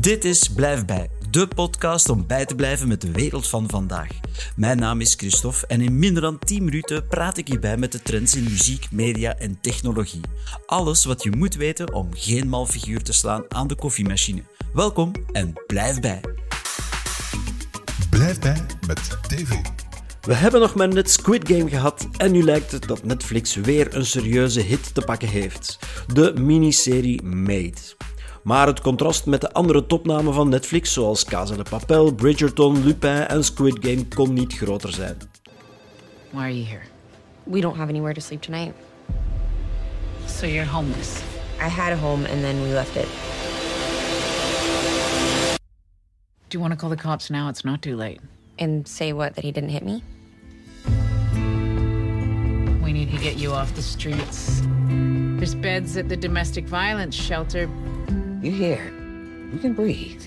Dit is Blijf Bij, de podcast om bij te blijven met de wereld van vandaag. Mijn naam is Christophe en in minder dan 10 minuten praat ik hierbij met de trends in muziek, media en technologie. Alles wat je moet weten om geen mal figuur te slaan aan de koffiemachine. Welkom en blijf bij. Blijf bij met TV. We hebben nog maar net Squid Game gehad en nu lijkt het dat Netflix weer een serieuze hit te pakken heeft. De miniserie Made. Maar het contrast met de andere topnamen van Netflix, zoals Casa de Papel, Bridgerton, Lupin en Squid Game, kon niet groter zijn. Why are you here? We don't have anywhere to sleep tonight. So you're homeless. I had a home and then we left it. Do you want to call the cops now? It's not too late. And say what, that he didn't hit me? We need to get you off the streets. There's beds at the domestic violence shelter. You're here. You can breathe.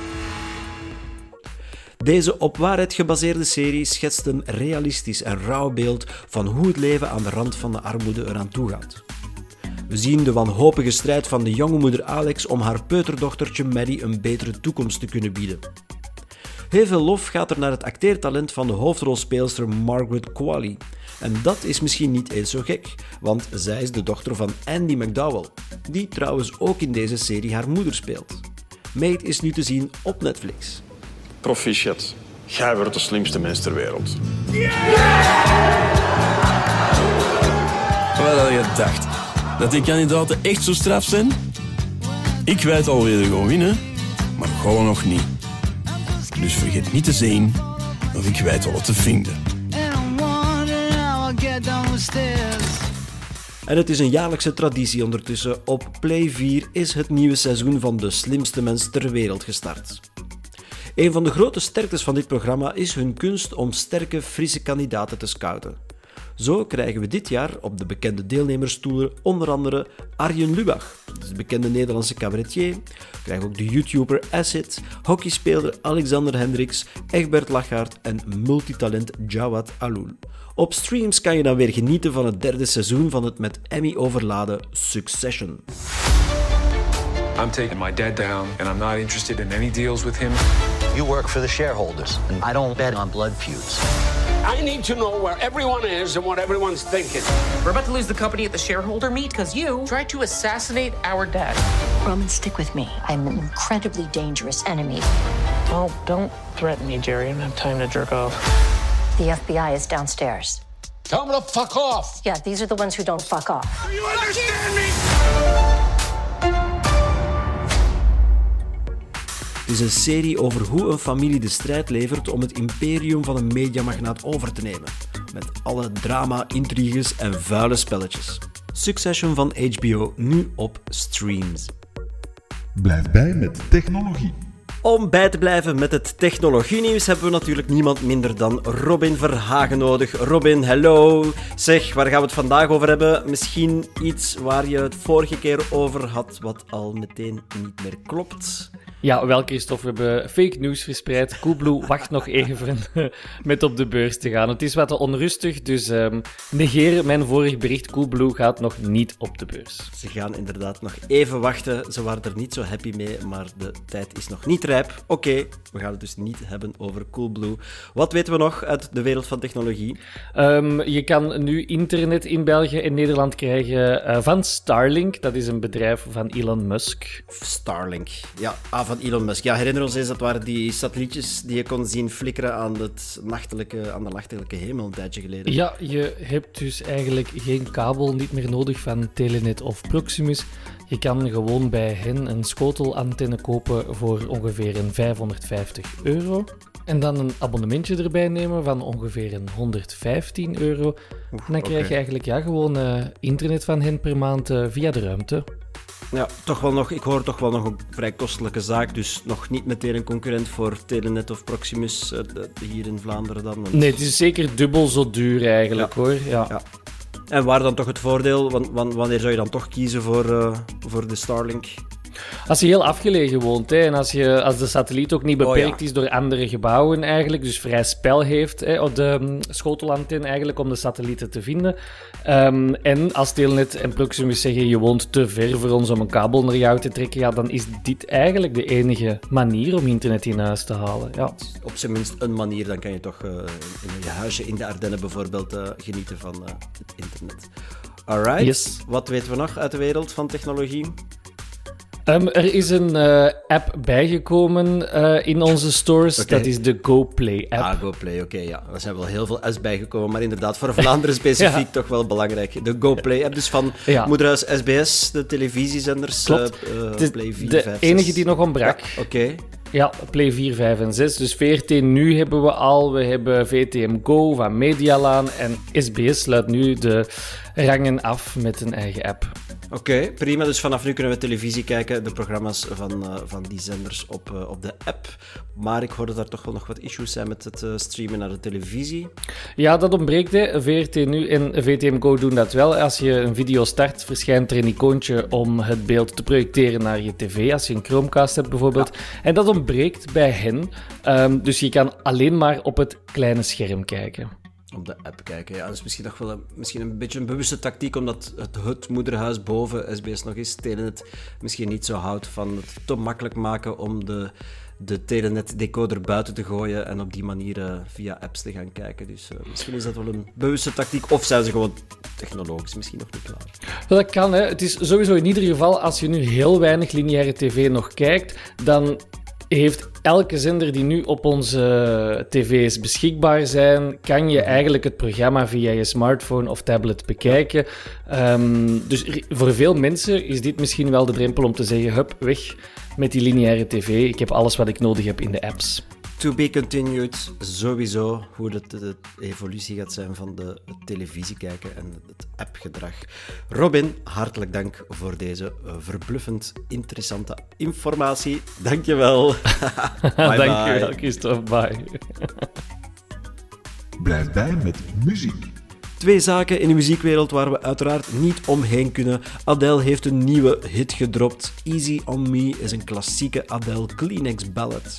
Deze op waarheid gebaseerde serie schetst een realistisch en rauw beeld van hoe het leven aan de rand van de armoede eraan toe gaat. We zien de wanhopige strijd van de jonge moeder Alex om haar peuterdochtertje Maddie een betere toekomst te kunnen bieden. Heel veel lof gaat er naar het acteertalent van de hoofdrolspeelster Margaret Qualley. En dat is misschien niet eens zo gek, want zij is de dochter van Andie MacDowell, die trouwens ook in deze serie haar moeder speelt. Made is nu te zien op Netflix. Proficiat. Jij wordt de slimste mens ter wereld. Wat had je gedacht? Dat die kandidaten echt zo straf zijn? Ik weet alweer gewoon winnen, maar gewoon nog niet. Dus vergeet niet te zien of ik weet wel te vinden. En het is een jaarlijkse traditie ondertussen. Op Play 4 is het nieuwe seizoen van De Slimste Mens ter wereld gestart. Een van de grote sterktes van dit programma is hun kunst om sterke, frisse kandidaten te scouten. Zo krijgen we dit jaar op de bekende deelnemersstoelen onder andere Arjen Lubach, de bekende Nederlandse cabaretier. We krijgen ook de YouTuber Acid, hockeyspeler Alexander Hendricks, Egbert Lachaert en multitalent Jawad Alul. Op streams kan je dan weer genieten van het derde seizoen van het met Emmy overladen Succession. I'm taking my dad down and I'm not interested in any deals with him. You work for the shareholders, and I don't bet on blood feuds. I need to know where everyone is and what everyone's thinking. We're about to lose the company at the shareholder meet because you tried to assassinate our dad. Roman, stick with me. I'm an incredibly dangerous enemy. Oh, don't threaten me, Jerry. I don't have time to jerk off. The FBI is downstairs. Tell them to fuck off. Yeah, these are the ones who don't fuck off. Do you understand me? Het is een serie over hoe een familie de strijd levert om het imperium van een mediamagnaat over te nemen. Met alle drama, intriges en vuile spelletjes. Succession van HBO, nu op streams. Blijf bij met technologie. Om bij te blijven met het technologienieuws hebben we natuurlijk niemand minder dan Robin Verhagen nodig. Robin, hello. Zeg, waar gaan we het vandaag over hebben? Misschien iets waar je het vorige keer over had, wat al meteen niet meer klopt. Ja, wel Christophe, we hebben fake news verspreid. Coolblue wacht nog even met op de beurs te gaan. Het is wat onrustig, dus negeer mijn vorig bericht. Coolblue gaat nog niet op de beurs. Ze gaan inderdaad nog even wachten. Ze waren er niet zo happy mee, maar de tijd is nog niet rijp. Oké, we gaan het dus niet hebben over Coolblue. Wat weten we nog uit de wereld van technologie? Je kan nu internet in België en Nederland krijgen van Starlink. Dat is een bedrijf van Elon Musk. Starlink, ja, van Elon Musk. Ja, herinner ons eens, dat waren die satellietjes die je kon zien flikkeren aan de nachtelijke hemel een tijdje geleden. Ja, je hebt dus eigenlijk geen kabel niet meer nodig van Telenet of Proximus. Je kan gewoon bij hen een schotelantenne kopen voor ongeveer €550. En dan een abonnementje erbij nemen van ongeveer €115. En dan krijg je eigenlijk gewoon internet van hen per maand via de ruimte. Ja, toch wel nog, ik hoor toch wel nog een vrij kostelijke zaak, dus nog niet meteen een concurrent voor Telenet of Proximus hier in Vlaanderen dan. Want... Nee, het is zeker dubbel zo duur eigenlijk, hoor. Ja. En waar dan toch het voordeel? Wanneer zou je dan toch kiezen voor de Starlink? Als je heel afgelegen woont, hè, en als de satelliet ook niet beperkt is door andere gebouwen eigenlijk, dus vrij spel heeft, hè, op de schotelantenne eigenlijk om de satellieten te vinden. En als Telenet en Proximus zeggen je woont te ver voor ons om een kabel naar jou te trekken, ja, dan is dit eigenlijk de enige manier om internet in huis te halen. Ja. Op zijn minst een manier, dan kan je toch in je huisje in de Ardennen bijvoorbeeld genieten van het internet. Alright, Yes. Wat weten we nog uit de wereld van technologie? Er is een app bijgekomen in onze stores. Okay. Dat is de GoPlay-app. Ah, GoPlay, oké, ja. Er zijn wel heel veel apps bijgekomen, maar inderdaad, voor Vlaanderen specifiek toch wel belangrijk. De GoPlay-app, dus van moederhuis SBS, de televisiezenders. Klopt. Play 4, de 5, 6. enige die nog ontbrak. Ja, oké. Ja, Play 4, 5 en 6. Dus VRT Nu hebben we al. We hebben VTM Go van Medialaan. En SBS sluit nu de rangen af met een eigen app. Oké, prima. Dus vanaf nu kunnen we televisie kijken, de programma's van die zenders op de app. Maar ik hoorde daar toch wel nog wat issues zijn met het streamen naar de televisie. Ja, dat ontbreekt. Hè. VRT Nu en VTM Go doen dat wel. Als je een video start, verschijnt er een icoontje om het beeld te projecteren naar je tv. Als je een Chromecast hebt bijvoorbeeld. Ja. En dat ontbreekt bij hen. Dus je kan alleen maar op het kleine scherm kijken. Op de app kijken. Ja, dat is misschien nog wel een beetje een bewuste tactiek, omdat het moederhuis boven SBS nog is. Telenet misschien niet zo houdt van het te makkelijk maken om de Telenet-decoder buiten te gooien en op die manier via apps te gaan kijken. Dus misschien is dat wel een bewuste tactiek, of zijn ze gewoon technologisch misschien nog niet klaar. Dat kan, hè. Het is sowieso in ieder geval, als je nu heel weinig lineaire tv nog kijkt, dan heeft elke zender die nu op onze tv's beschikbaar zijn, kan je eigenlijk het programma via je smartphone of tablet bekijken. Dus voor veel mensen is dit misschien wel de drempel om te zeggen, hup, weg met die lineaire tv. Ik heb alles wat ik nodig heb in de apps. To be continued, sowieso, hoe de evolutie gaat zijn van het televisie kijken en het appgedrag. Robin, hartelijk dank voor deze verbluffend interessante informatie. Dankjewel. Bye. Dankjewel, Christophe. Bye. Blijf bij met muziek. 2 zaken in de muziekwereld waar we uiteraard niet omheen kunnen. Adele heeft een nieuwe hit gedropt. Easy on Me is een klassieke Adele Kleenex ballad.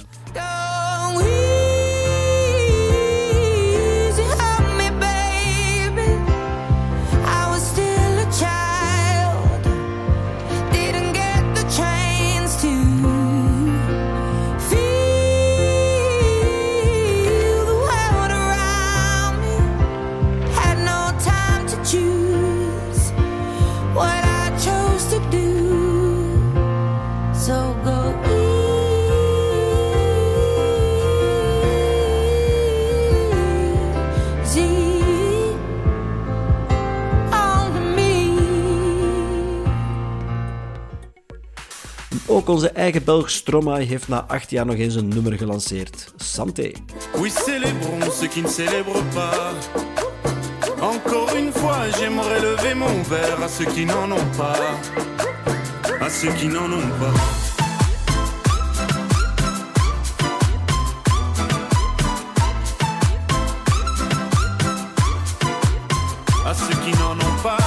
Ook onze eigen Belg Stromae heeft na 8 jaar nog eens een nummer gelanceerd. Santé. Oui, célébrons ceux qui ne célèbrent pas. Encore une fois, j'aimerais lever mon verre à ceux qui n'en ont pas. À ceux qui n'en ont pas. À ceux qui n'en ont pas.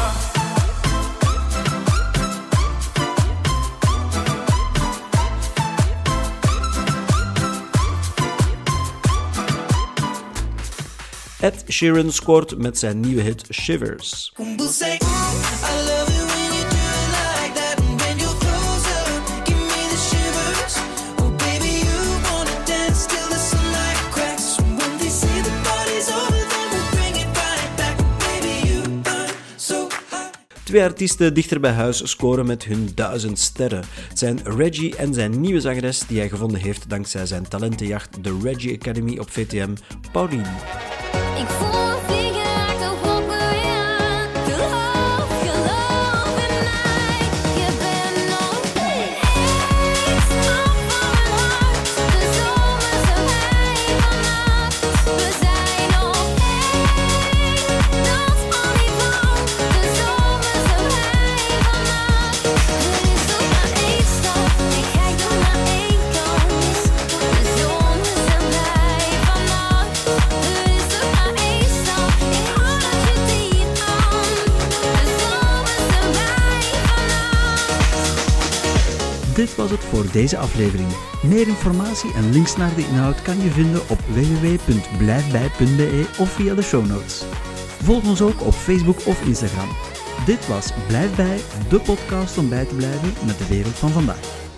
Ed Sheeran scoort met zijn nieuwe hit Shivers. Twee artiesten dichter bij huis scoren met hun 1000 sterren. Het zijn Reggie en zijn nieuwe zangeres die hij gevonden heeft dankzij zijn talentenjacht, de Reggie Academy op VTM, Pauline. Ik voel vliegen uit de wolken weer. Geloof in mij. Je bent nog eens van mijn hart. De zomer zo blij vannacht. We zijn nog één. Dat van die van. De zomer zo blij vannacht. Er is ook maar één stap. Ik kijk door maar één kant. De zomer zo blij vannacht. Er is ook maar één. Dit was het voor deze aflevering. Meer informatie en links naar de inhoud kan je vinden op www.blijfbij.be of via de show notes. Volg ons ook op Facebook of Instagram. Dit was Blijf Bij, de podcast om bij te blijven met de wereld van vandaag.